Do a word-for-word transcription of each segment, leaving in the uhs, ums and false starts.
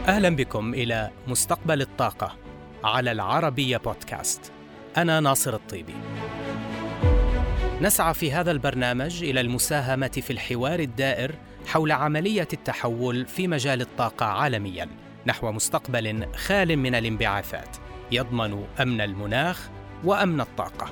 أهلا بكم إلى مستقبل الطاقة على العربية بودكاست. أنا ناصر الطيبي. نسعى في هذا البرنامج إلى المساهمة في الحوار الدائر حول عملية التحول في مجال الطاقة عالمياً نحو مستقبل خال من الانبعاثات يضمن أمن المناخ وأمن الطاقة.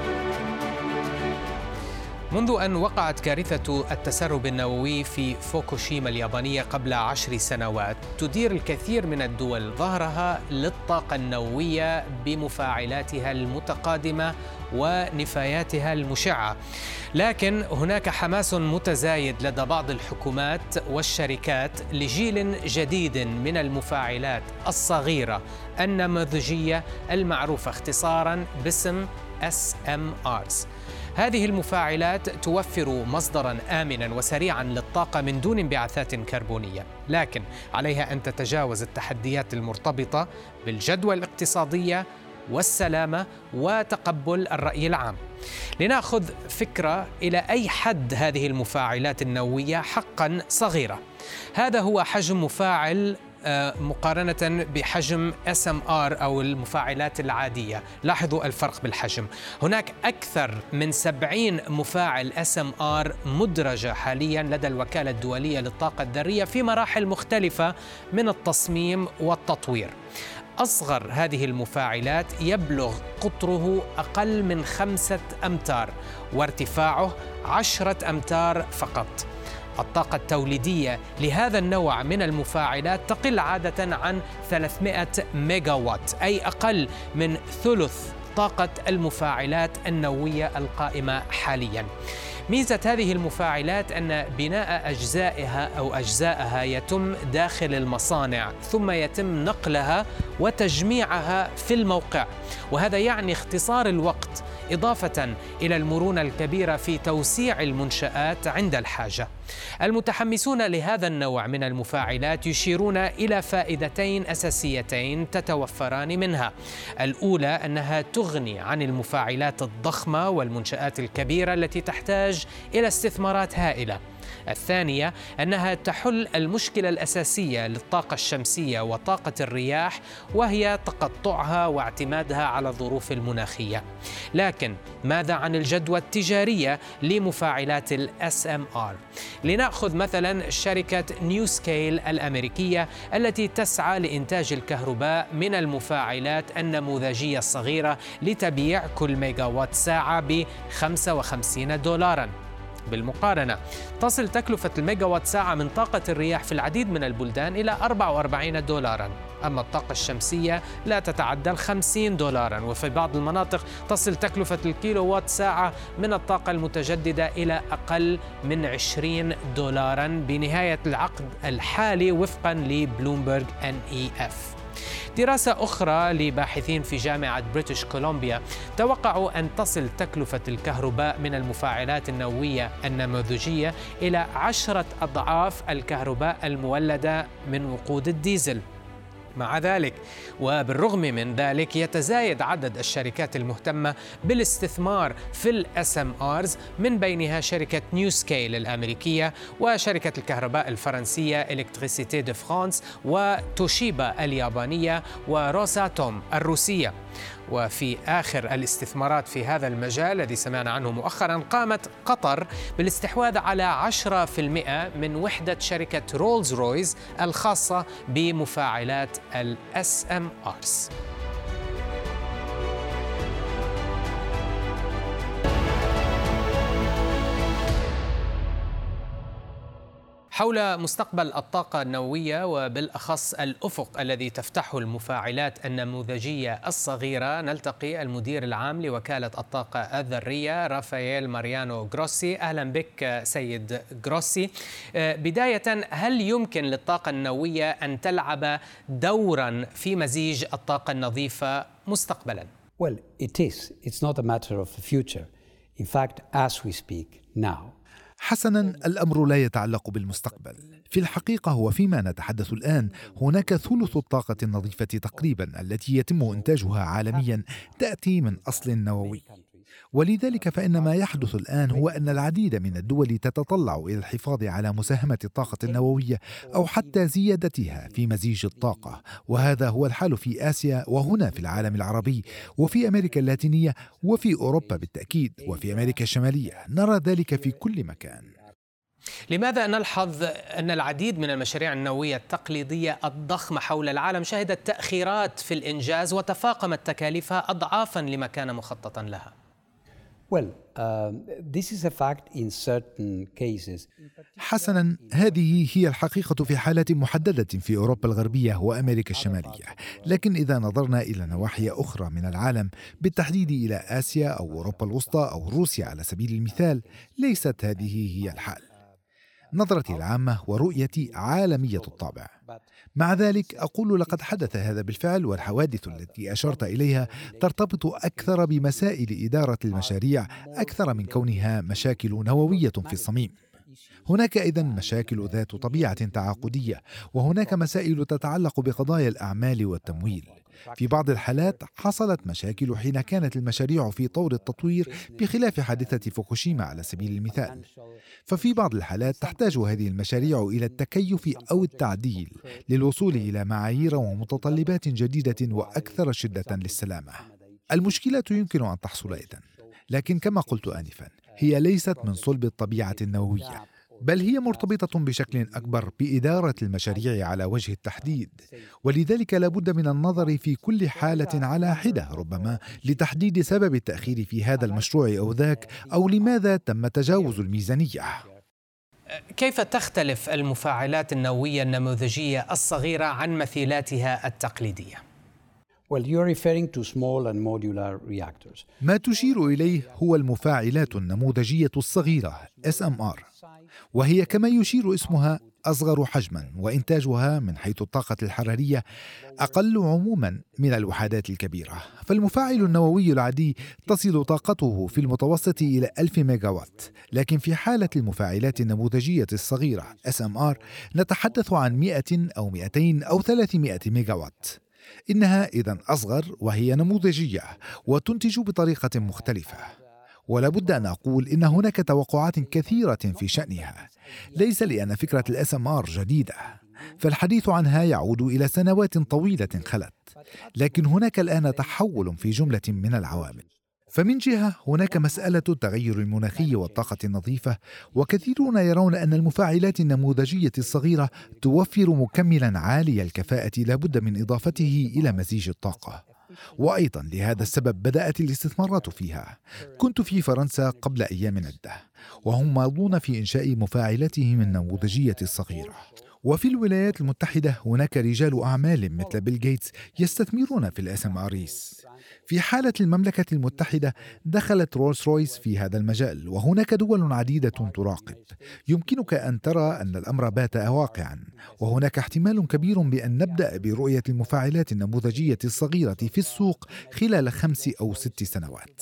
منذ أن وقعت كارثة التسرب النووي في فوكوشيما اليابانية قبل عشر سنوات، تدير الكثير من الدول ظهرها للطاقة النووية بمفاعلاتها المتقادمة ونفاياتها المشعة. لكن هناك حماس متزايد لدى بعض الحكومات والشركات لجيل جديد من المفاعلات الصغيرة النموذجية المعروفة اختصاراً باسم إس إم آرز. هذه المفاعلات توفر مصدراً آمناً وسريعاً للطاقة من دون انبعاثات كربونية، لكن عليها أن تتجاوز التحديات المرتبطة بالجدوى الاقتصادية والسلامة وتقبل الرأي العام. لنأخذ فكرة إلى أي حد هذه المفاعلات النووية حقاً صغيرة. هذا هو حجم مفاعل مقارنة بحجم إس إم آر أو المفاعلات العادية. لاحظوا الفرق بالحجم. هناك أكثر من سبعين مفاعل إس إم آر مدرجة حالياً لدى الوكالة الدولية للطاقة الذرية في مراحل مختلفة من التصميم والتطوير. أصغر هذه المفاعلات يبلغ قطره أقل من خمسة أمتار وارتفاعه عشرة أمتار فقط. الطاقة التوليدية لهذا النوع من المفاعلات تقل عادة عن ثلاثمائة ميجا وات، أي أقل من ثلث طاقة المفاعلات النووية القائمة حالياً. ميزة هذه المفاعلات أن بناء أجزائها أو أجزائها يتم داخل المصانع، ثم يتم نقلها وتجميعها في الموقع، وهذا يعني اختصار الوقت إضافة إلى المرونة الكبيرة في توسيع المنشآت عند الحاجة. المتحمسون لهذا النوع من المفاعلات يشيرون إلى فائدتين أساسيتين تتوفران منها. الأولى أنها تغني عن المفاعلات الضخمة والمنشآت الكبيرة التي تحتاج إلى استثمارات هائلة. الثانية أنها تحل المشكلة الأساسية للطاقة الشمسية وطاقة الرياح، وهي تقطعها واعتمادها على الظروف المناخية. لكن ماذا عن الجدوى التجارية لمفاعلات ال إس إم آر؟ لنأخذ مثلا شركة نيوسكيل الأمريكية التي تسعى لإنتاج الكهرباء من المفاعلات النموذجية الصغيرة لتبيع كل ميجاوات ساعة ب خمسة وخمسين دولارا. بالمقارنة تصل تكلفة الميجاوات ساعة من طاقة الرياح في العديد من البلدان إلى أربعة وأربعين دولارا، أما الطاقة الشمسية لا تتعدى الخمسين دولارا، وفي بعض المناطق تصل تكلفة الكيلووات ساعة من الطاقة المتجددة إلى أقل من عشرين دولارا بنهاية العقد الحالي وفقا لبلومبرج إن إي إف. دراسة أخرى لباحثين في جامعة بريتش كولومبيا توقعوا أن تصل تكلفة الكهرباء من المفاعلات النووية النموذجية إلى عشرة أضعاف الكهرباء المولدة من وقود الديزل. مع ذلك وبالرغم من ذلك يتزايد عدد الشركات المهتمة بالاستثمار في ال إس إم آرز، من بينها شركة نيوسكيل الأمريكية وشركة الكهرباء الفرنسية إلكتريسيتي دي فرانس وتوشيبا اليابانية وروساتوم الروسية. وفي آخر الاستثمارات في هذا المجال الذي سمعنا عنه مؤخرا، قامت قطر بالاستحواذ على عشرة بالمئة من وحدة شركة رولز رويز الخاصة بمفاعلات ال إس إم آرز. حول مستقبل الطاقة النووية وبالأخص الأفق الذي تفتحه المفاعلات النموذجية الصغيرة، نلتقي المدير العام لوكالة الطاقة الذرية رافائيل ماريانو غروسي. أهلا بك سيد غروسي. بداية، هل يمكن للطاقة النووية أن تلعب دورا في مزيج الطاقة النظيفة مستقبلا؟ Well, it is. It's not a matter of the future. In fact, as we speak now. حسناً، الأمر لا يتعلق بالمستقبل. في الحقيقة هو فيما نتحدث الآن هناك ثلث الطاقة النظيفة تقريباً التي يتم إنتاجها عالمياً تأتي من أصل نووي. ولذلك فإن ما يحدث الآن هو أن العديد من الدول تتطلع إلى الحفاظ على مساهمة الطاقة النووية أو حتى زيادتها في مزيج الطاقة، وهذا هو الحال في آسيا وهنا في العالم العربي وفي أمريكا اللاتينية وفي أوروبا بالتأكيد وفي أمريكا الشمالية، نرى ذلك في كل مكان. لماذا نلحظ أن العديد من المشاريع النووية التقليدية الضخمة حول العالم شهدت تأخيرات في الإنجاز وتفاقمت تكاليفها أضعافاً لما كان مخططاً لها؟ Well, um, this is a fact in certain cases. حسناً، هذه هي الحقيقة في حالات محددة في أوروبا الغربية وأمريكا الشمالية، لكن إذا نظرنا إلى نواحي أخرى من العالم بالتحديد إلى آسيا أو أوروبا الوسطى أو روسيا على سبيل المثال، ليست هذه هي الحال. نظرتي العامة ورؤيتي عالمية الطابع. مع ذلك أقول لقد حدث هذا بالفعل، والحوادث التي أشرت إليها ترتبط أكثر بمسائل إدارة المشاريع أكثر من كونها مشاكل نووية في الصميم. هناك إذن مشاكل ذات طبيعة تعاقدية، وهناك مسائل تتعلق بقضايا الأعمال والتمويل. في بعض الحالات حصلت مشاكل حين كانت المشاريع في طور التطوير بخلاف حادثة فوكوشيما على سبيل المثال. ففي بعض الحالات تحتاج هذه المشاريع إلى التكيف أو التعديل للوصول إلى معايير ومتطلبات جديدة وأكثر شدة للسلامة. المشكلة يمكن أن تحصل إذن، لكن كما قلت آنفاً هي ليست من صلب الطبيعة النووية، بل هي مرتبطة بشكل أكبر بإدارة المشاريع على وجه التحديد، ولذلك لا بد من النظر في كل حالة على حدة ربما لتحديد سبب التأخير في هذا المشروع أو ذاك، أو لماذا تم تجاوز الميزانية. كيف تختلف المفاعلات النووية النموذجية الصغيرة عن مثيلاتها التقليدية؟ Well, you're referring to small and modular reactors. ما تشير إليه هو المفاعلات النموذجية الصغيرة إس إم آر، وهي كما يشير اسمها أصغر حجماً، وإنتاجها من حيث الطاقة الحرارية أقل عموماً من الوحدات الكبيرة. فالمفاعل النووي العادي تصل طاقته في المتوسط إلى ألف ميجاوات، لكن في حالة المفاعلات النموذجية الصغيرة إس إم آر نتحدث عن مئة أو مئتين أو ثلاثمئة ميجاوات. إنها إذن أصغر وهي نموذجية وتنتج بطريقة مختلفة. ولا بد أن أقول إن هناك توقعات كثيرة في شأنها، ليس لأن فكرة الإس إم آر جديدة، فالحديث عنها يعود إلى سنوات طويلة خلت، لكن هناك الآن تحول في جملة من العوامل. فمن جهة هناك مسألة التغير المناخي والطاقة النظيفة، وكثيرون يرون أن المفاعلات النموذجية الصغيرة توفر مكملاً عالي الكفاءة لا بد من إضافته إلى مزيج الطاقة، وأيضاً لهذا السبب بدأت الاستثمارات فيها. كنت في فرنسا قبل أيام عدة، وهم ماضون في إنشاء مفاعلاتهم النموذجية الصغيرة. وفي الولايات المتحدة هناك رجال أعمال مثل بيل غيتس يستثمرون في الإس إم آرز. في حالة المملكة المتحدة دخلت رولز رويس في هذا المجال، وهناك دول عديدة تراقب. يمكنك أن ترى أن الأمر بات واقعا، وهناك احتمال كبير بأن نبدأ برؤية المفاعلات النموذجية الصغيرة في السوق خلال خمس أو ست سنوات.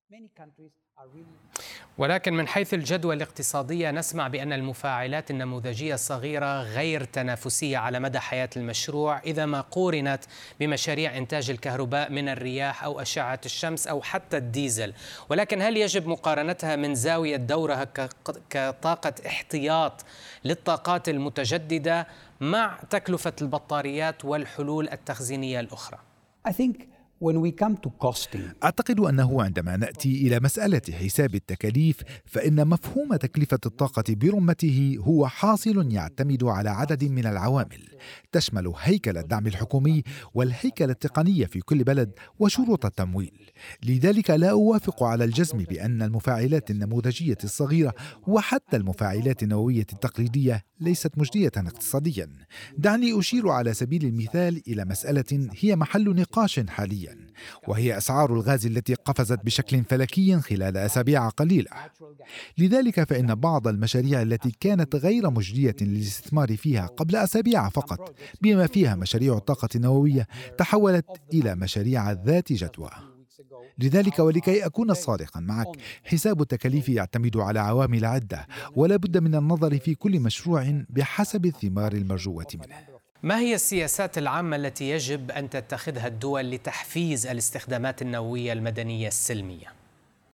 ولكن من حيث الجدوى الاقتصادية نسمع بأن المفاعلات النموذجية الصغيرة غير تنافسية على مدى حياة المشروع إذا ما قورنت بمشاريع إنتاج الكهرباء من الرياح أو أشعة الشمس أو حتى الديزل. ولكن هل يجب مقارنتها من زاوية دورها كطاقة احتياط للطاقات المتجددة مع تكلفة البطاريات والحلول التخزينية الأخرى؟ I think when we come to costing. أعتقد أنه عندما نأتي إلى مسألة حساب التكاليف فإن مفهوم تكلفة الطاقة برمته هو حاصل يعتمد على عدد من العوامل تشمل هيكل الدعم الحكومي والهيكل التقني في كل بلد وشروط التمويل. لذلك لا أوافق على الجزم بأن المفاعلات النموذجية الصغيرة وحتى المفاعلات النووية التقليدية ليست مجدية اقتصاديا. دعني أشير على سبيل المثال إلى مسألة هي محل نقاش حاليا، وهي أسعار الغاز التي قفزت بشكل فلكي خلال أسابيع قليلة. لذلك فإن بعض المشاريع التي كانت غير مجدية للاستثمار فيها قبل أسابيع فقط، بما فيها مشاريع الطاقة النووية، تحولت إلى مشاريع ذات جدوى. لذلك ولكي أكون صادقا معك، حساب التكاليف يعتمد على عوامل عدة، ولا بد من النظر في كل مشروع بحسب الثمار المرجوة منه. ما هي السياسات العامة التي يجب أن تتخذها الدول لتحفيز الاستخدامات النووية المدنية السلمية؟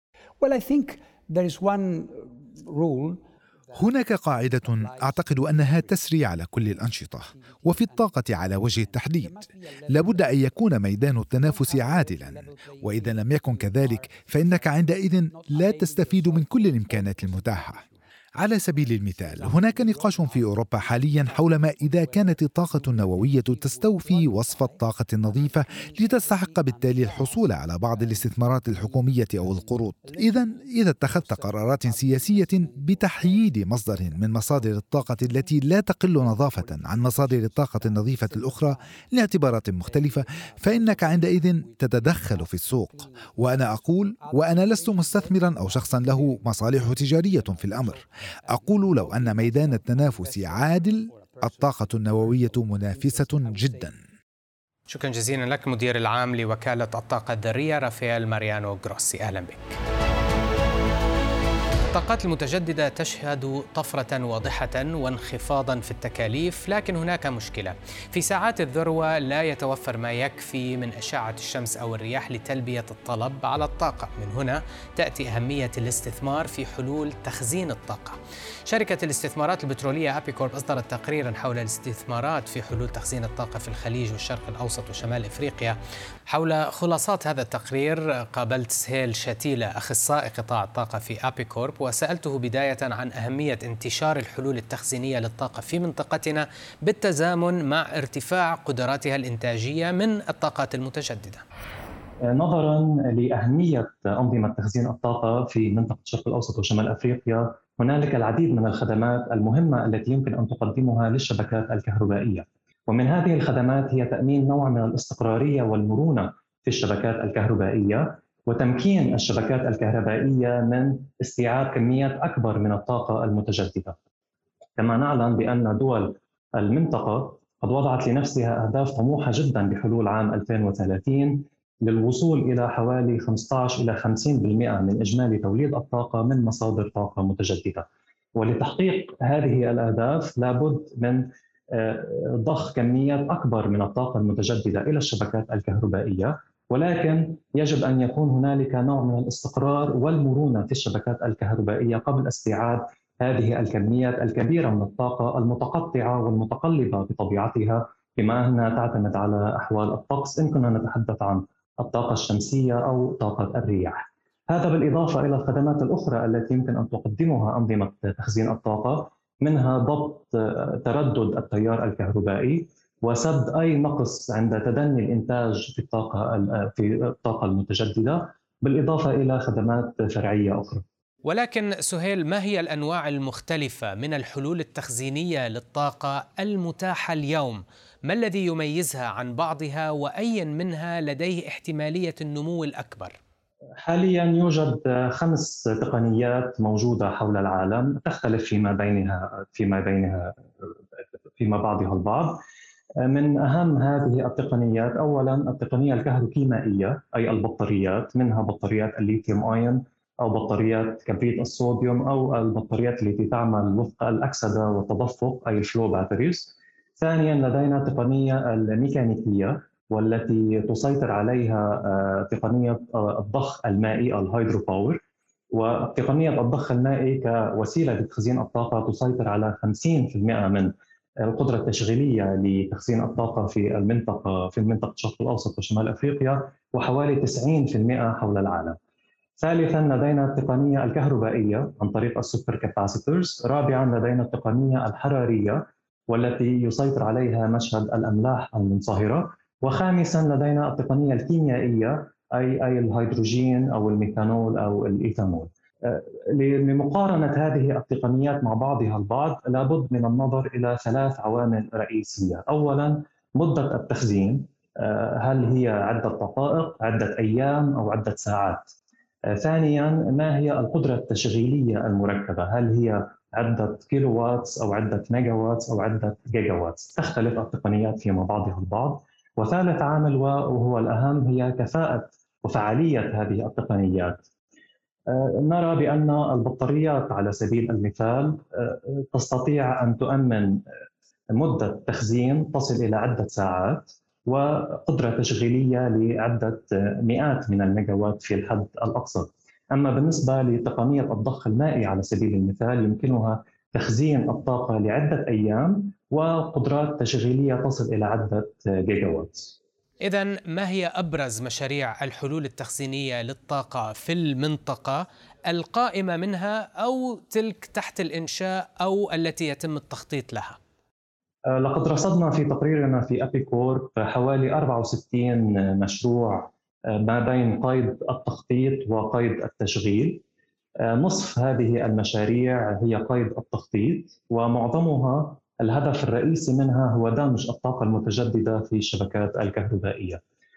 Well, I think there is one rule. هناك قاعدة أعتقد أنها تسري على كل الأنشطة، وفي الطاقة على وجه التحديد لابد أن يكون ميدان التنافس عادلاً، وإذا لم يكن كذلك فإنك عندئذ لا تستفيد من كل الإمكانات المتاحة. على سبيل المثال، هناك نقاش في أوروبا حالياً حول ما إذا كانت الطاقة النووية تستوفي وصف الطاقة النظيفة لتستحق بالتالي الحصول على بعض الاستثمارات الحكومية أو القروض. إذن إذا اتخذت قرارات سياسية بتحييد مصدر من مصادر الطاقة التي لا تقل نظافة عن مصادر الطاقة النظيفة الأخرى لاعتبارات مختلفة، فإنك عندئذ تتدخل في السوق. وأنا أقول، وأنا لست مستثمراً أو شخصاً له مصالح تجارية في الأمر، أقول لو أن ميدان التنافس عادل الطاقة النووية منافسة جدا. شكرا جزيلا لك مدير العام لوكالة الطاقة الذرية رافائيل ماريانو غروسي، أهلا بك. الطاقات المتجددة تشهد طفرة واضحة وانخفاضا في التكاليف، لكن هناك مشكلة. في ساعات الذروة لا يتوفر ما يكفي من أشعة الشمس أو الرياح لتلبية الطلب على الطاقة. من هنا تأتي أهمية الاستثمار في حلول تخزين الطاقة. شركة الاستثمارات البترولية أبيكورب أصدرت تقريرا حول الاستثمارات في حلول تخزين الطاقة في الخليج والشرق الأوسط وشمال إفريقيا. حول خلاصات هذا التقرير قابلت سهيل شاتيلة أخصائي قطاع الطاقة في أبيكورب، وسألته بداية عن أهمية انتشار الحلول التخزينية للطاقة في منطقتنا بالتزامن مع ارتفاع قدراتها الإنتاجية من الطاقات المتجددة. نظراً لأهمية أنظمة تخزين الطاقة في منطقة الشرق الأوسط وشمال أفريقيا، هنالك العديد من الخدمات المهمة التي يمكن أن تقدمها للشبكات الكهربائية، ومن هذه الخدمات هي تأمين نوع من الاستقرارية والمرونة في الشبكات الكهربائية، وتمكين الشبكات الكهربائية من استيعاب كميات أكبر من الطاقة المتجددة. كما نعلم بأن دول المنطقة قد وضعت لنفسها أهداف طموحة جدا بحلول عام ألفين وثلاثين للوصول إلى حوالي خمسة عشر إلى خمسين بالمئة من إجمالي توليد الطاقة من مصادر طاقة متجددة. ولتحقيق هذه الأهداف لابد من ضخ كميات أكبر من الطاقة المتجددة إلى الشبكات الكهربائية، ولكن يجب أن يكون هنالك نوع من الاستقرار والمرونة في الشبكات الكهربائية قبل استيعاب هذه الكميات الكبيرة من الطاقة المتقطعة والمتقلبة بطبيعتها، بما أنها تعتمد على أحوال الطقس، إن كنا نتحدث عن الطاقة الشمسية أو طاقة الرياح. هذا بالإضافة إلى الخدمات الأخرى التي يمكن أن تقدمها أنظمة تخزين الطاقة، منها ضبط تردد التيار الكهربائي وسد أي نقص عند تدني الإنتاج في الطاقة في الطاقة المتجددة، بالإضافة إلى خدمات فرعية أخرى. ولكن سهيل، ما هي الأنواع المختلفة من الحلول التخزينية للطاقة المتاحة اليوم؟ ما الذي يميزها عن بعضها، وأي منها لديه احتمالية النمو الأكبر؟ حالياً يوجد خمس تقنيات موجودة حول العالم، تختلف فيما بينها فيما بينها فيما بعضها البعض. من أهم هذه التقنيات أولاً التقنية الكهروكيميائية، أي البطاريات، منها بطاريات الليثيوم آيون أو بطاريات كبريت الصوديوم أو البطاريات التي تعمل وفق الأكسدة والتدفق، أي الفلو باتريز. ثانياً لدينا التقنية الميكانيكية والتي تسيطر عليها تقنية الضخ المائي الهيدرو باور، وتقنية الضخ المائي كوسيلة لتخزين الطاقة تسيطر على خمسين بالمئة من القدرة التشغيلية لتخزين الطاقة في المنطقة في منطقة الشرق الأوسط وشمال أفريقيا، وحوالي تسعين بالمئة حول العالم. ثالثاً لدينا التقنية الكهربائية عن طريق السوبر كاباسيتورز. رابعاً لدينا التقنية الحرارية والتي يسيطر عليها مشهد الأملاح المنصهرة. وخامساً لدينا التقنية الكيميائية أي أي الهيدروجين أو الميثانول أو الإيثانول. لمقارنة هذه التقنيات مع بعضها البعض لابد من النظر إلى ثلاث عوامل رئيسية. أولاً مدة التخزين، هل هي عدة دقائق، عدة أيام أو عدة ساعات؟ ثانياً ما هي القدرة التشغيلية المركبة، هل هي عدة كيلو واتس أو عدة ميجا واتس أو عدة جيجا واتس؟ تختلف التقنيات فيما بعضها البعض. وثالث عامل وهو الأهم هي كفاءة وفعالية هذه التقنيات. نرى بأن البطاريات على سبيل المثال تستطيع أن تؤمن مدة تخزين تصل إلى عدة ساعات وقدرة تشغيلية لعدة مئات من الميجاوات في الحد الأقصى. أما بالنسبة لتقنية الضخ المائي على سبيل المثال يمكنها تخزين الطاقة لعدة أيام وقدرات تشغيلية تصل إلى عدة جيجاوات. إذن ما هي أبرز مشاريع الحلول التخزينية للطاقة في المنطقة القائمة منها أو تلك تحت الإنشاء أو التي يتم التخطيط لها؟ لقد رصدنا في تقريرنا في أبيكورب حوالي أربعة وستين مشروع ما بين قيد التخطيط وقيد التشغيل. نصف هذه المشاريع هي قيد التخطيط، ومعظمها الهدف الرئيسي منها هو دمج الطاقة المتجددة في الشبكات الكهربائية.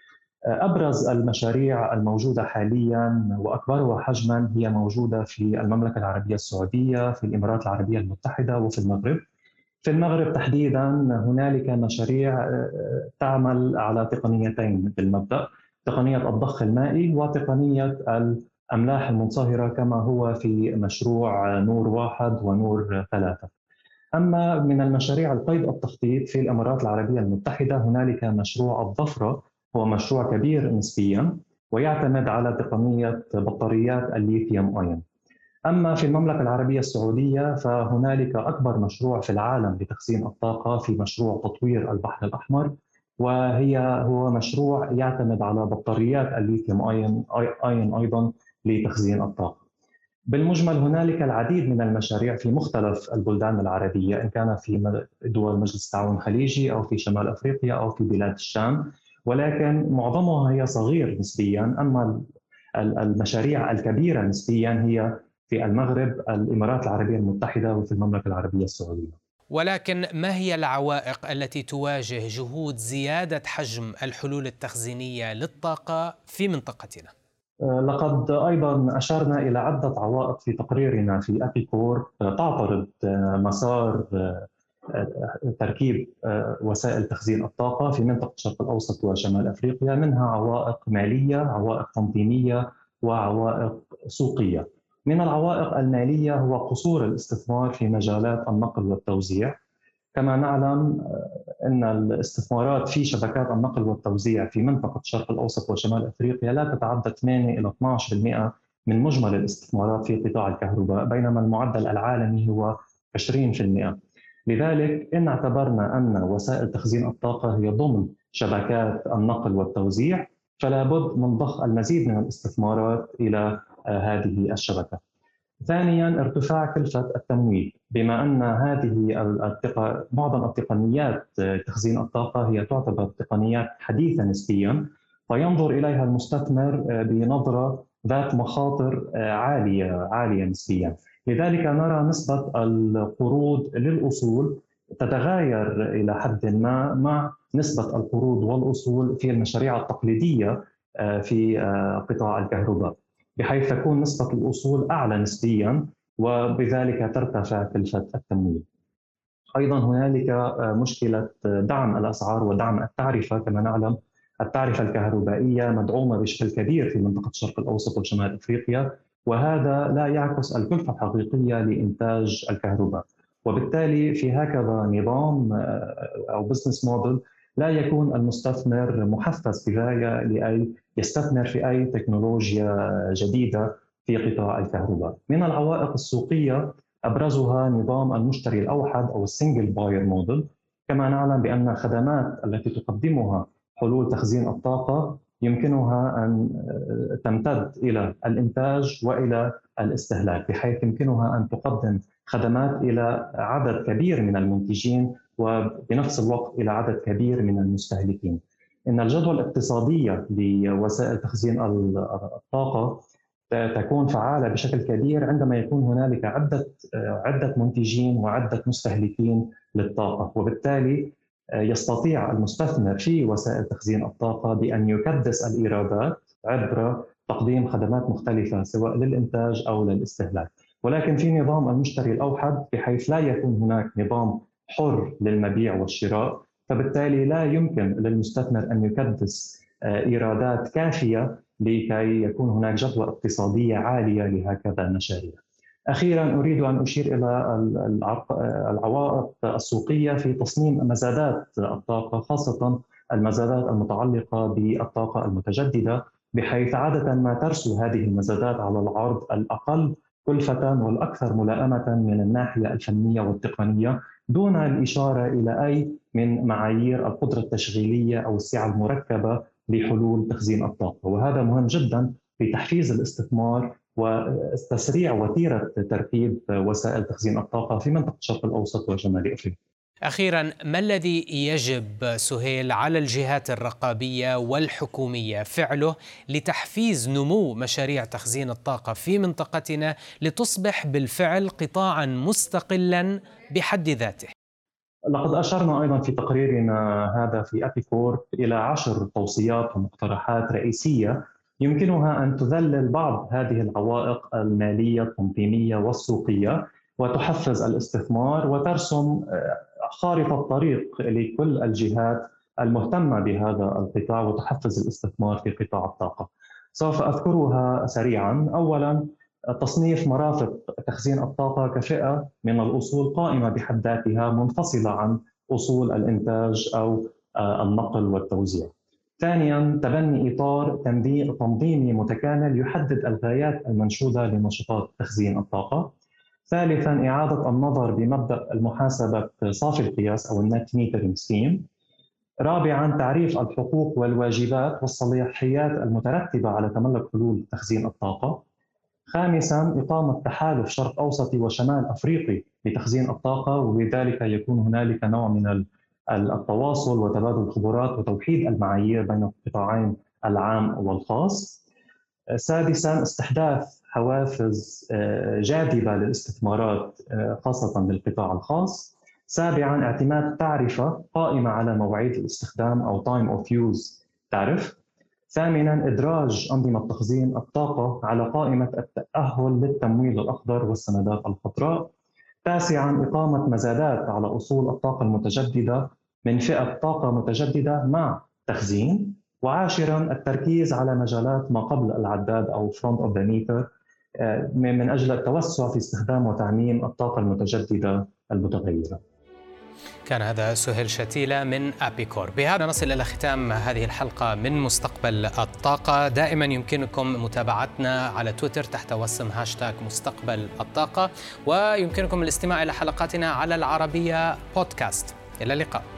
أبرز المشاريع الموجودة حالياً وأكبرها حجماً هي موجودة في المملكة العربية السعودية، في الإمارات العربية المتحدة وفي المغرب. في المغرب تحديداً هنالك مشاريع تعمل على تقنيتين بالمبدأ، تقنية الضخ المائي وتقنية الأملاح المنصهرة كما هو في مشروع نور واحد ونور ثلاثة. أما من المشاريع القيد التخطيط في الإمارات العربية المتحدة هنالك مشروع الظفرة، هو مشروع كبير نسبياً ويعتمد على تقنية بطاريات الليثيوم أيون. أما في المملكة العربية السعودية فهنالك أكبر مشروع في العالم لتخزين الطاقة في مشروع تطوير البحر الأحمر، وهي هو مشروع يعتمد على بطاريات الليثيوم أيون أيضاً لتخزين الطاقة. بالمجمل هنالك العديد من المشاريع في مختلف البلدان العربية، إن كان في دول مجلس التعاون الخليجي أو في شمال أفريقيا أو في بلاد الشام، ولكن معظمها هي صغير نسبياً. أما المشاريع الكبيرة نسبياً هي في المغرب، الإمارات العربية المتحدة وفي المملكة العربية السعودية. ولكن ما هي العوائق التي تواجه جهود زيادة حجم الحلول التخزينية للطاقة في منطقتنا؟ لقد أيضاً أشرنا إلى عدة عوائق في تقريرنا في أبيكورب تعترض مسار تركيب وسائل تخزين الطاقة في منطقة الشرق الأوسط وشمال أفريقيا، منها عوائق مالية، عوائق تنظيمية، وعوائق سوقية. من العوائق المالية هو قصور الاستثمار في مجالات النقل والتوزيع. كما نعلم أن الاستثمارات في شبكات النقل والتوزيع في منطقة الشرق الأوسط وشمال أفريقيا لا تتعدى ثمانية إلى اثني عشر بالمئة من مجمل الاستثمارات في قطاع الكهرباء، بينما المعدل العالمي هو عشرين بالمئة. لذلك إن اعتبرنا أن وسائل تخزين الطاقة هي ضمن شبكات النقل والتوزيع فلا بد من ضخ المزيد من الاستثمارات إلى هذه الشبكة. ثانياً ارتفاع كلفة التمويل، بما أن هذه التق... معظم التقنيات تخزين الطاقة هي تعتبر تقنيات حديثة نسبياً، فينظر إليها المستثمر بنظرة ذات مخاطر عالية عالية نسبياً. لذلك نرى نسبة القروض للأصول تتغير إلى حد ما مع نسبة القروض والأصول في المشاريع التقليدية في قطاع الكهرباء، بحيث تكون نسبة الأصول أعلى نسبياً وبذلك ترتفع كلفة التمويل. أيضاً هنالك مشكلة دعم الأسعار ودعم التعرفة. كما نعلم التعرفة الكهربائية مدعومة بشكل كبير في منطقة الشرق الأوسط وشمال أفريقيا، وهذا لا يعكس الكلفة الحقيقية لإنتاج الكهرباء، وبالتالي في هكذا نظام أو بزنس موديل لا يكون المستثمر محفز كفاية لأي يستثمر في أي تكنولوجيا جديدة في قطاع الكهرباء. من العوائق السوقية أبرزها نظام المشتري الأوحد أو السنجل باير موديل. كما نعلم بأن الخدمات التي تقدمها حلول تخزين الطاقة يمكنها أن تمتد إلى الإنتاج وإلى الاستهلاك، بحيث يمكنها أن تقدم خدمات إلى عدد كبير من المنتجين وبنفس الوقت إلى عدد كبير من المستهلكين. إن الجدوى الاقتصادية لوسائل تخزين الطاقة تكون فعالة بشكل كبير عندما يكون هنالك عدة عدة منتجين وعدة مستهلكين للطاقة، وبالتالي يستطيع المستثمر في وسائل تخزين الطاقة بأن يكدس الإيرادات عبر تقديم خدمات مختلفة سواء للإنتاج أو للاستهلاك. ولكن في نظام المشتري الأوحد بحيث لا يكون هناك نظام حر للمبيع والشراء، فبالتالي لا يمكن للمستثمر أن يكدس إيرادات كافية لكي يكون هناك جدوى اقتصادية عالية لهكذا المشاريع. أخيراً أريد أن أشير إلى العوائق السوقية في تصميم مزادات الطاقة، خاصة المزادات المتعلقة بالطاقة المتجددة، بحيث عادة ما ترسو هذه المزادات على العرض الأقل كلفة والأكثر ملائمة من الناحية الفنية والتقنية، دون الإشارة إلى أي من معايير القدرة التشغيلية أو السعة المركبة لحلول تخزين الطاقة. وهذا مهم جدا في تحفيز الاستثمار وتسريع وتيرة ترتيب وسائل تخزين الطاقة في منطقة الشرق الأوسط وشمال أفريقيا. أخيراً، ما الذي يجب سهيل على الجهات الرقابية والحكومية فعله لتحفيز نمو مشاريع تخزين الطاقة في منطقتنا لتصبح بالفعل قطاعاً مستقلاً بحد ذاته؟ لقد أشرنا أيضاً في تقريرنا هذا في أبيكور إلى عشر توصيات ومقترحات رئيسية يمكنها أن تذلل بعض هذه العوائق المالية التنظيمية والسوقية وتحفز الاستثمار وترسم خارطة طريق لكل الجهات المهتمة بهذا القطاع وتحفز الاستثمار في قطاع الطاقة. سوف أذكرها سريعاً. أولاً، تصنيف مرافق تخزين الطاقة كفئة من الأصول قائمة بحد ذاتها منفصلة عن أصول الإنتاج أو النقل والتوزيع. ثانياً، تبني إطار تنظيمي متكامل يحدد الغايات المنشودة لنشاطات تخزين الطاقة. ثالثاً، إعادة النظر بمبدأ المحاسبة صافي القياس أو النت ميترينج سكيم. رابعاً، تعريف الحقوق والواجبات والصلاحيات المترتبة على تملك حلول تخزين الطاقة. خامساً، إقامة تحالف شرق أوسطي وشمال أفريقي لتخزين الطاقة، وبذلك يكون هنالك نوع من التواصل وتبادل الخبرات وتوحيد المعايير بين القطاعين العام والخاص. سادساً، استحداث حوافز جاذبة للاستثمارات خاصة للقطاع الخاص. سابعاً، اعتماد تعرفة قائمة على مواعيد الاستخدام أو time of use تعرف. ثامناً، إدراج أنظمة تخزين الطاقة على قائمة التأهل للتمويل الأخضر والسندات الخضراء. تاسعاً، إقامة مزادات على أصول الطاقة المتجددة من فئة طاقة متجددة مع تخزين. وعاشراً، التركيز على مجالات ما قبل العداد أو front of the meter من أجل التوسع في استخدام وتعميم الطاقة المتجددة المتغيرة. كان هذا سهيل شتيلة من أبيكور. بهذا نصل إلى ختام هذه الحلقة من مستقبل الطاقة. دائما يمكنكم متابعتنا على تويتر تحت وسم هاشتاغ مستقبل الطاقة، ويمكنكم الاستماع إلى حلقاتنا على العربية بودكاست. إلى اللقاء.